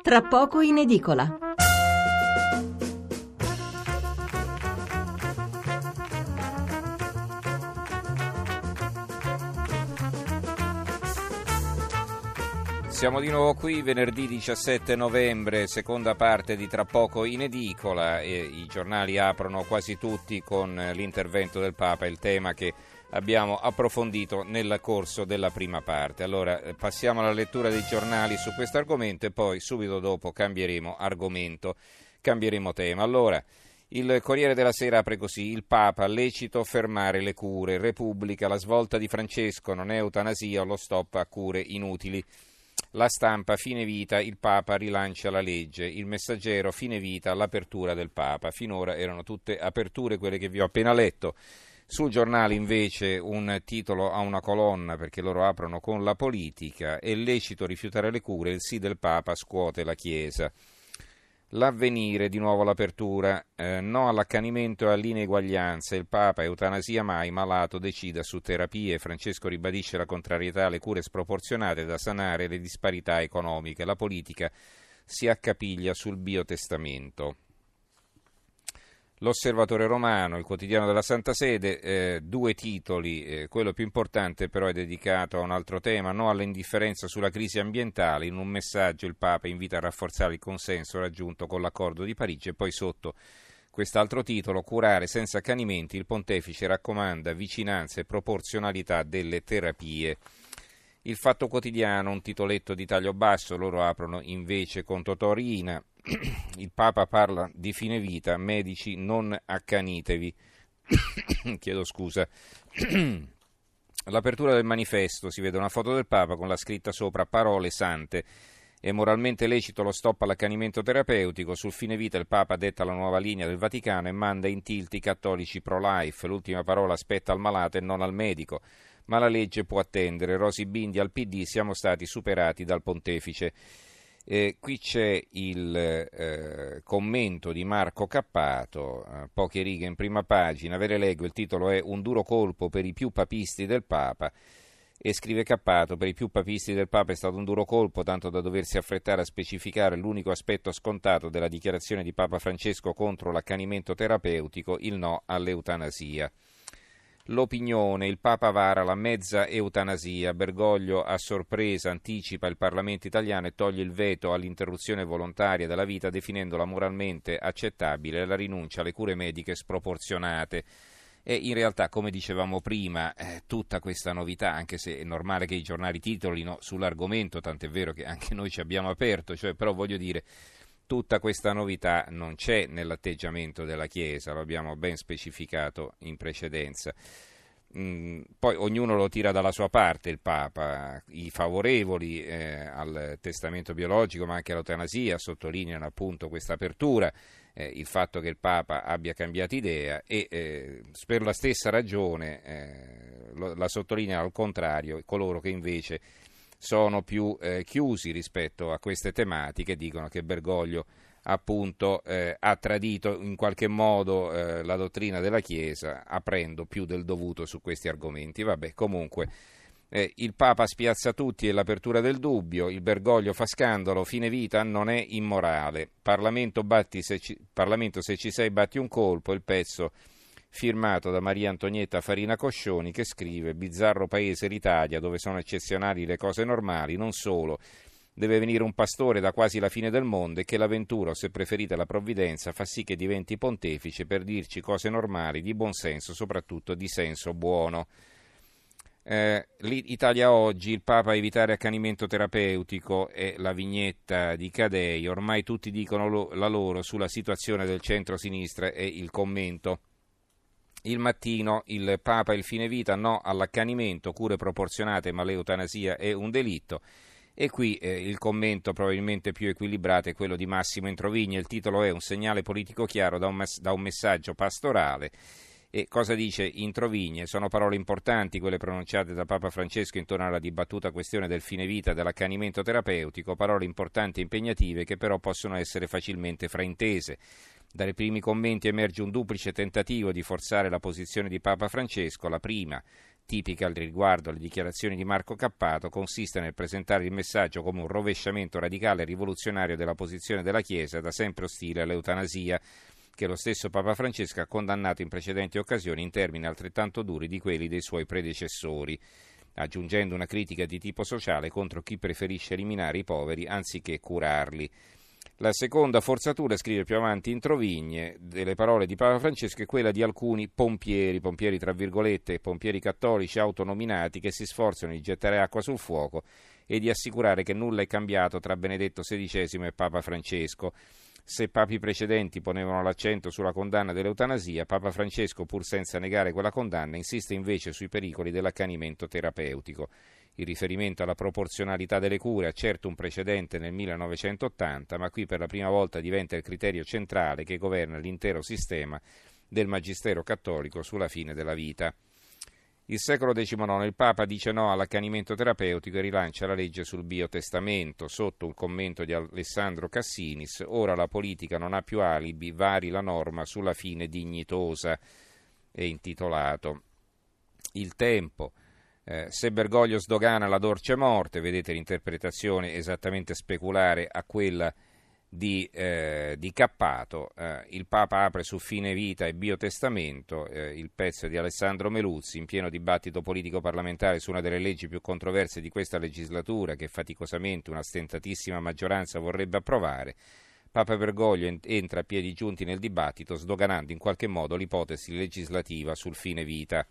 Tra poco in edicola. Siamo di nuovo qui venerdì 17 novembre, seconda parte di Tra poco in edicola, e i giornali aprono quasi tutti con l'intervento del Papa, il tema che abbiamo approfondito nel corso della prima parte. Allora passiamo alla lettura dei giornali su questo argomento e poi subito dopo cambieremo argomento, cambieremo tema. Allora, il Corriere della Sera apre così: il Papa, lecito fermare le cure, Repubblica, la svolta di Francesco, non è eutanasia o lo stop a cure inutili. La Stampa, fine vita, il Papa rilancia la legge. Il Messaggero, fine vita, l'apertura del Papa. Finora erano tutte aperture quelle che vi ho appena letto. Sul Giornale invece un titolo a una colonna, perché loro aprono con la politica: è lecito rifiutare le cure, il sì del Papa scuote la Chiesa. L'Avvenire, di nuovo l'apertura, no all'accanimento e all'ineguaglianza, il Papa, eutanasia mai, malato decida su terapie, Francesco ribadisce la contrarietà alle cure sproporzionate da sanare le disparità economiche, la politica si accapiglia sul biotestamento. L'Osservatore Romano, il quotidiano della Santa Sede, due titoli, quello più importante però è dedicato a un altro tema: no all'indifferenza sulla crisi ambientale, in un messaggio il Papa invita a rafforzare il consenso raggiunto con l'accordo di Parigi, e poi sotto quest'altro titolo: curare senza accanimenti, il Pontefice raccomanda vicinanza e proporzionalità delle terapie. Il Fatto Quotidiano, un titoletto di taglio basso, loro aprono invece con Totò Riina. Il Papa parla di fine vita, medici non accanitevi. Chiedo scusa. L'apertura del manifesto, si vede una foto del Papa con la scritta sopra parole sante. È moralmente lecito lo stop all'accanimento terapeutico. Sul fine vita il Papa detta la nuova linea del Vaticano e manda in tilt i cattolici pro-life. L'ultima parola spetta al malato e non al medico. Ma la legge può attendere. Rosy Bindi al PD: siamo stati superati dal Pontefice. Qui c'è il commento di Marco Cappato, poche righe in prima pagina, ve le leggo. Il titolo è "Un duro colpo per i più papisti del Papa", e scrive Cappato: per i più papisti del Papa è stato un duro colpo, tanto da doversi affrettare a specificare l'unico aspetto scontato della dichiarazione di Papa Francesco contro l'accanimento terapeutico, il no all'eutanasia. L'Opinione, il Papa vara la mezza eutanasia, Bergoglio a sorpresa anticipa il Parlamento italiano e toglie il veto all'interruzione volontaria della vita, definendola moralmente accettabile la rinuncia alle cure mediche sproporzionate. E in realtà, come dicevamo prima, tutta questa novità, anche se è normale che i giornali titolino sull'argomento, tant'è vero che anche noi ci abbiamo aperto, però voglio dire, tutta questa novità non c'è nell'atteggiamento della Chiesa, lo abbiamo ben specificato in precedenza. Poi ognuno lo tira dalla sua parte, il Papa. I favorevoli al testamento biologico ma anche all'eutanasia sottolineano appunto questa apertura, il fatto che il Papa abbia cambiato idea, e per la stessa ragione la sottolineano al contrario coloro che invece sono più chiusi rispetto a queste tematiche, dicono che Bergoglio appunto ha tradito in qualche modo la dottrina della Chiesa, aprendo più del dovuto su questi argomenti. Vabbè, comunque il Papa spiazza tutti e l'apertura del dubbio, il Bergoglio fa scandalo, fine vita non è immorale, Parlamento se ci sei batti un colpo, il pezzo firmato da Maria Antonietta Farina Coscioni, che scrive: bizzarro paese l'Italia, dove sono eccezionali le cose normali, non solo, deve venire un pastore da quasi la fine del mondo e che l'avventura, o se preferite la provvidenza, fa sì che diventi pontefice per dirci cose normali, di buon senso, soprattutto di senso buono. L'Italia oggi, il Papa evitare accanimento terapeutico, è la vignetta di Cadei, ormai tutti dicono la loro sulla situazione del centro-sinistra, è il commento. Il Mattino, il Papa il fine vita, no all'accanimento, cure proporzionate ma l'eutanasia è un delitto. E qui il commento probabilmente più equilibrato è quello di Massimo Introvigne. Il titolo è "Un segnale politico chiaro da un messaggio pastorale". E cosa dice Introvigne? Sono parole importanti quelle pronunciate da Papa Francesco intorno alla dibattuta questione del fine vita e dell'accanimento terapeutico, parole importanti e impegnative che però possono essere facilmente fraintese. Dai primi commenti emerge un duplice tentativo di forzare la posizione di Papa Francesco. La prima: tipica riguardo alle dichiarazioni di Marco Cappato, consiste nel presentare il messaggio come un rovesciamento radicale e rivoluzionario della posizione della Chiesa, da sempre ostile all'eutanasia, che lo stesso Papa Francesco ha condannato in precedenti occasioni in termini altrettanto duri di quelli dei suoi predecessori, aggiungendo una critica di tipo sociale contro chi preferisce eliminare i poveri anziché curarli. La seconda forzatura, scrive più avanti in Trovigne, delle parole di Papa Francesco è quella di alcuni pompieri tra virgolette, pompieri cattolici autonominati che si sforzano di gettare acqua sul fuoco e di assicurare che nulla è cambiato tra Benedetto XVI e Papa Francesco. Se papi precedenti ponevano l'accento sulla condanna dell'eutanasia, Papa Francesco, pur senza negare quella condanna, insiste invece sui pericoli dell'accanimento terapeutico. Il riferimento alla proporzionalità delle cure ha certo un precedente nel 1980, ma qui per la prima volta diventa il criterio centrale che governa l'intero sistema del magistero cattolico sulla fine della vita. Il secolo XIX, il Papa dice no all'accanimento terapeutico e rilancia la legge sul biotestamento. Sotto un commento di Alessandro Cassinis, ora la politica non ha più alibi, vari la norma sulla fine dignitosa, è intitolato. Il Tempo. Se Bergoglio sdogana la dolce morte, vedete l'interpretazione esattamente speculare a quella di Cappato. Il Papa apre su fine vita e biotestamento, il pezzo di Alessandro Meluzzi, in pieno dibattito politico parlamentare su una delle leggi più controverse di questa legislatura, che faticosamente una stentatissima maggioranza vorrebbe approvare. Papa Bergoglio entra a piedi giunti nel dibattito, sdoganando in qualche modo l'ipotesi legislativa sul fine vita.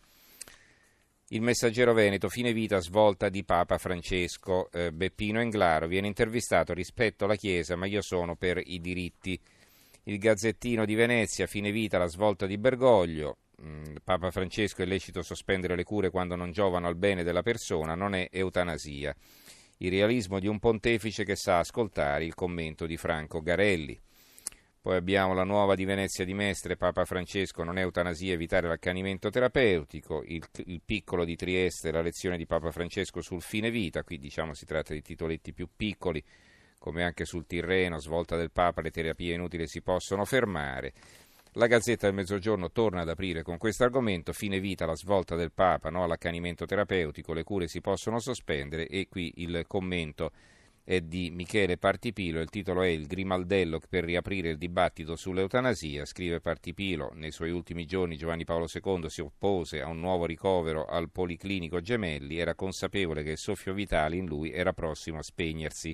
Il Messaggero Veneto, fine vita svolta di Papa Francesco. Beppino Englaro viene intervistato: rispetto alla Chiesa, ma io sono per i diritti. Il Gazzettino di Venezia, fine vita la svolta di Bergoglio. Papa Francesco: è lecito sospendere le cure quando non giovano al bene della persona, non è eutanasia. Il realismo di un pontefice che sa ascoltare, il commento di Franco Garelli. Poi abbiamo la Nuova di Venezia di Mestre, Papa Francesco, non è eutanasia evitare l'accanimento terapeutico. Il Piccolo di Trieste, la lezione di Papa Francesco sul fine vita, qui diciamo si tratta di titoletti più piccoli, come anche sul Tirreno, svolta del Papa, le terapie inutili si possono fermare. La Gazzetta del Mezzogiorno torna ad aprire con questo argomento, fine vita la svolta del Papa, no all'accanimento terapeutico, le cure si possono sospendere, e qui il commento è di Michele Partipilo, il titolo è Il grimaldello per riaprire il dibattito sull'eutanasia. Scrive Partipilo: nei suoi ultimi giorni Giovanni Paolo II si oppose a un nuovo ricovero al Policlinico Gemelli, era consapevole che il soffio vitale in lui era prossimo a spegnersi.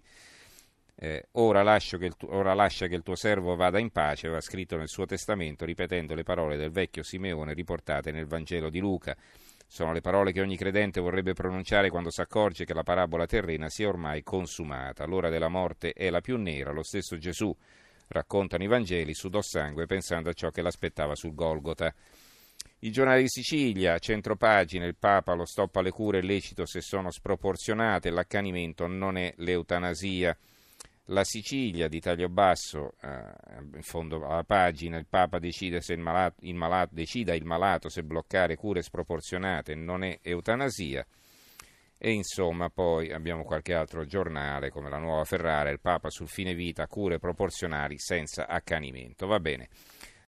Ora lascia che il tuo servo vada in pace, aveva scritto nel suo testamento, ripetendo le parole del vecchio Simeone riportate nel Vangelo di Luca. Sono le parole che ogni credente vorrebbe pronunciare quando si accorge che la parabola terrena sia ormai consumata. L'ora della morte è la più nera, lo stesso Gesù, raccontano i Vangeli, sudò sangue pensando a ciò che l'aspettava sul Golgota. I giornali di Sicilia, centropagina, il Papa, lo stop alle cure è lecito se sono sproporzionate, l'accanimento non è l'eutanasia. La Sicilia di taglio basso, in fondo alla pagina, il Papa decida il malato se bloccare cure sproporzionate non è eutanasia. E insomma poi abbiamo qualche altro giornale come la Nuova Ferrara, il Papa sul fine vita, cure proporzionali senza accanimento. Va bene.